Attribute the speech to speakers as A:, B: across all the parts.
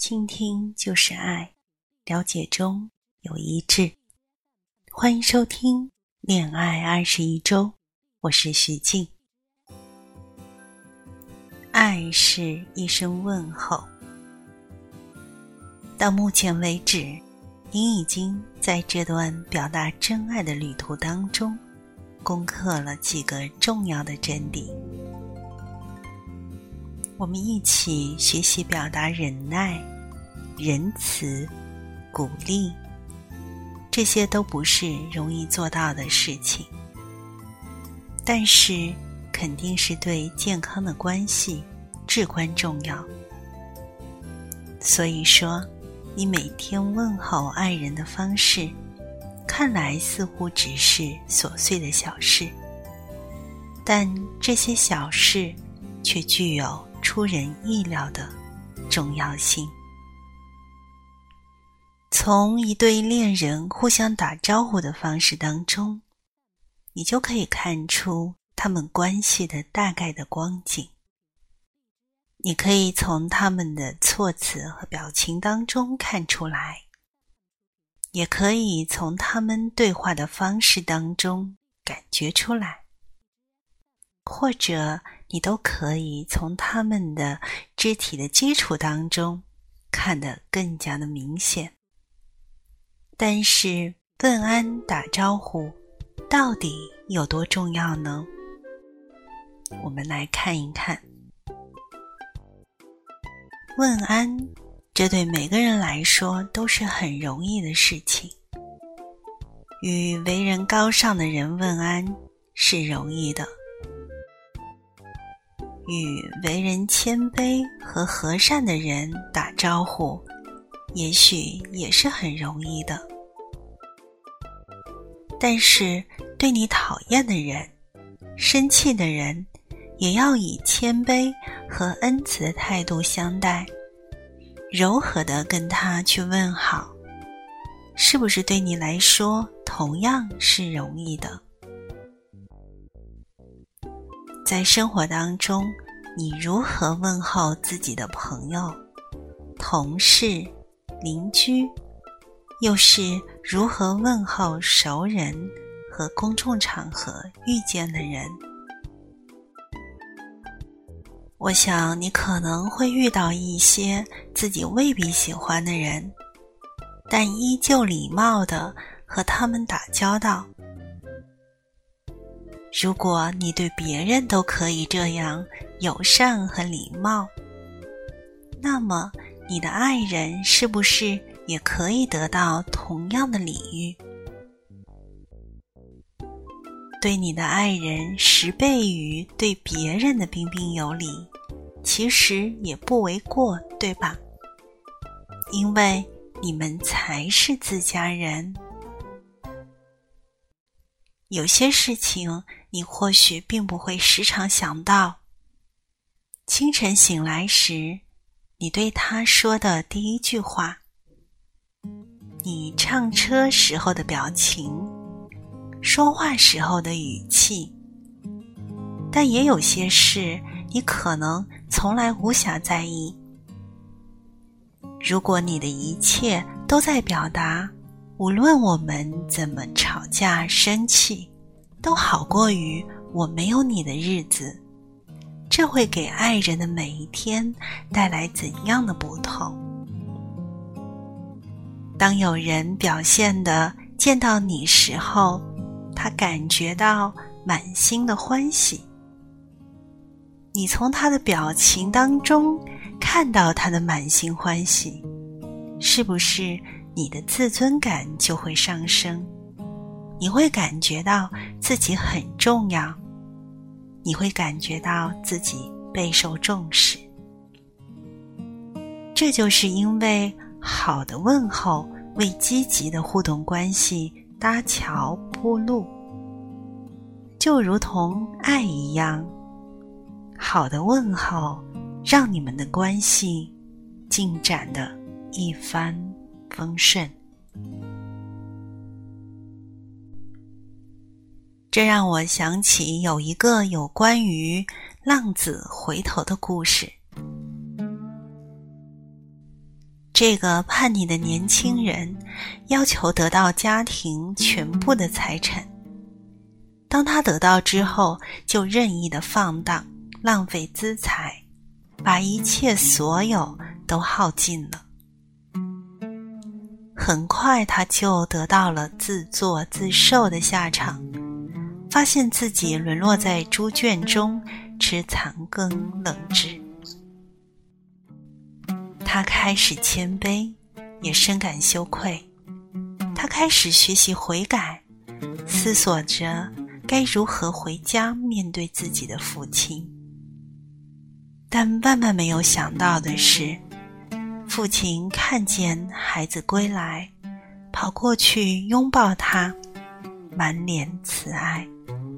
A: 倾听就是爱，了解中有一致。欢迎收听恋爱21周，我是徐静。爱是一声问候。到目前为止，您已经在这段表达真爱的旅途当中攻克了几个重要的真谛。我们一起学习表达忍耐、仁慈、鼓励，这些都不是容易做到的事情，但是肯定是对健康的关系至关重要。所以说，你每天问候爱人的方式，看来似乎只是琐碎的小事，但这些小事却具有出人意料的重要性。从一对恋人互相打招呼的方式当中，你就可以看出他们关系的大概的光景。你可以从他们的措辞和表情当中看出来，也可以从他们对话的方式当中感觉出来，或者你都可以从他们的肢体的基础当中看得更加的明显。但是问安打招呼到底有多重要呢？我们来看一看。问安，这对每个人来说都是很容易的事情。与为人高尚的人问安是容易的，与为人谦卑和和善的人打招呼，也许也是很容易的。但是对你讨厌的人、生气的人，也要以谦卑和恩慈的态度相待，柔和地跟他去问好，是不是对你来说同样是容易的？在生活当中，你如何问候自己的朋友、同事、邻居，又是如何问候熟人和公众场合遇见的人？我想你可能会遇到一些自己未必喜欢的人，但依旧礼貌地和他们打交道。如果你对别人都可以这样友善和礼貌，那么你的爱人是不是也可以得到同样的礼遇？对你的爱人10倍于对别人的彬彬有礼，其实也不为过，对吧？因为你们才是自家人。有些事情你或许并不会时常想到。清晨醒来时，你对他说的第一句话，你上车时候的表情，说话时候的语气。但也有些事你可能从来无暇在意。如果你的一切都在表达，无论我们怎么吵架生气，都好过于我没有你的日子，这会给爱人的每一天带来怎样的不同？当有人表现的见到你时候，他感觉到满心的欢喜，你从他的表情当中看到他的满心欢喜，是不是你的自尊感就会上升？你会感觉到自己很重要，你会感觉到自己备受重视。这就是因为好的问候为积极的互动关系搭桥铺路，就如同爱一样，好的问候让你们的关系进展得一帆风顺。这让我想起有一个有关于浪子回头的故事。 这个叛逆的年轻人要求得到家庭全部的财产，当他得到之后，就任意的放荡，浪费资财，把一切所有都耗尽了。很快他就得到了自作自受的下场，发现自己沦落在猪圈中吃残羹冷炙。他开始谦卑，也深感羞愧。他开始学习悔改，思索着该如何回家面对自己的父亲。但万万没有想到的是，父亲看见孩子归来，跑过去拥抱他，满脸慈爱。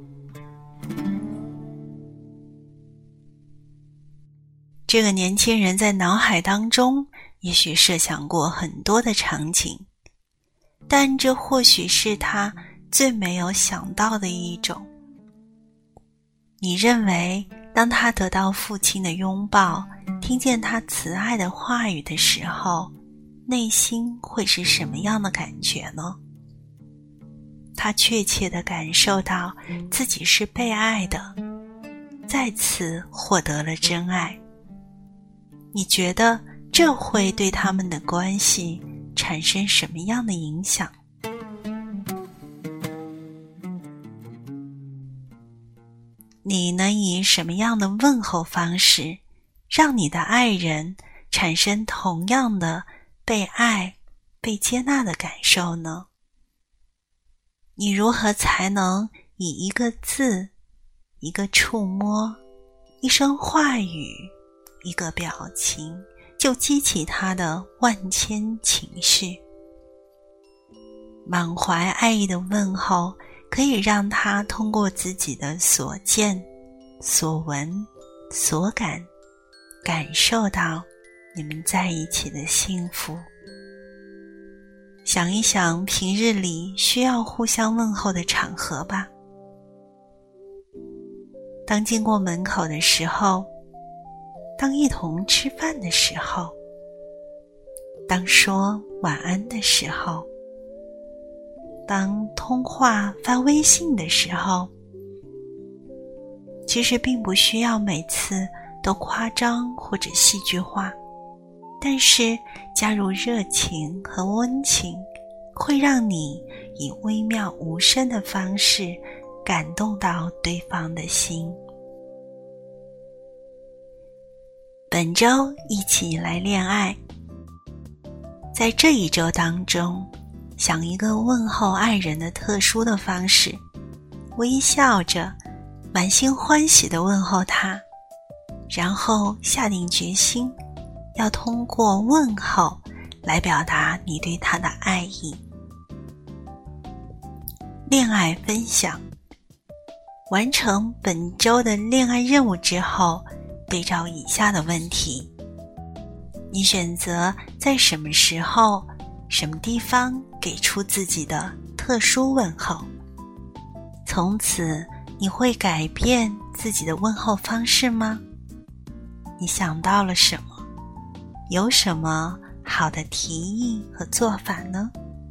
A: 这个年轻人在脑海当中也许设想过很多的场景，但这或许是他最没有想到的一种。你认为当他得到父亲的拥抱，听见他慈爱的话语的时候，内心会是什么样的感觉呢？他确切地感受到自己是被爱的，再次获得了真爱。你觉得这会对他们的关系产生什么样的影响？你能以什么样的问候方式，让你的爱人产生同样的被爱、被接纳的感受呢？你如何才能以一个字、一个触摸、一声话语、一个表情，就激起他的万千情绪？满怀爱意的问候，可以让他通过自己的所见、所闻、所感，感受到你们在一起的幸福。想一想平日里需要互相问候的场合吧。当经过门口的时候，当一同吃饭的时候，当说晚安的时候，当通话发微信的时候，其实并不需要每次都夸张或者戏剧化，但是加入热情和温情，会让你以微妙无声的方式感动到对方的心。本周一起来恋爱，在这一周当中，想一个问候爱人的特殊的方式，微笑着，满心欢喜地问候他，然后下定决心，要通过问候来表达你对他的爱意。恋爱分享，完成本周的恋爱任务之后，对照以下的问题：你选择在什么时候、什么地方给出自己的特殊问候？从此你会改变自己的问候方式吗？你想到了什么？有什么好的提议和做法呢？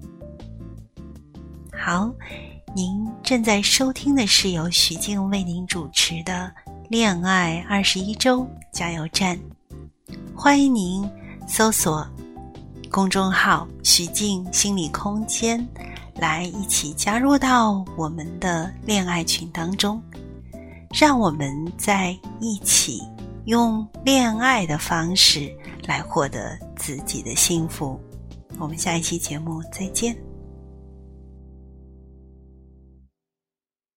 A: 好，您正在收听的是由徐静为您主持的恋爱21周加油站，欢迎您搜索公众号徐静心理空间，来一起加入到我们的恋爱群当中，让我们在一起用恋爱的方式来获得自己的幸福。我们下一期节目再见。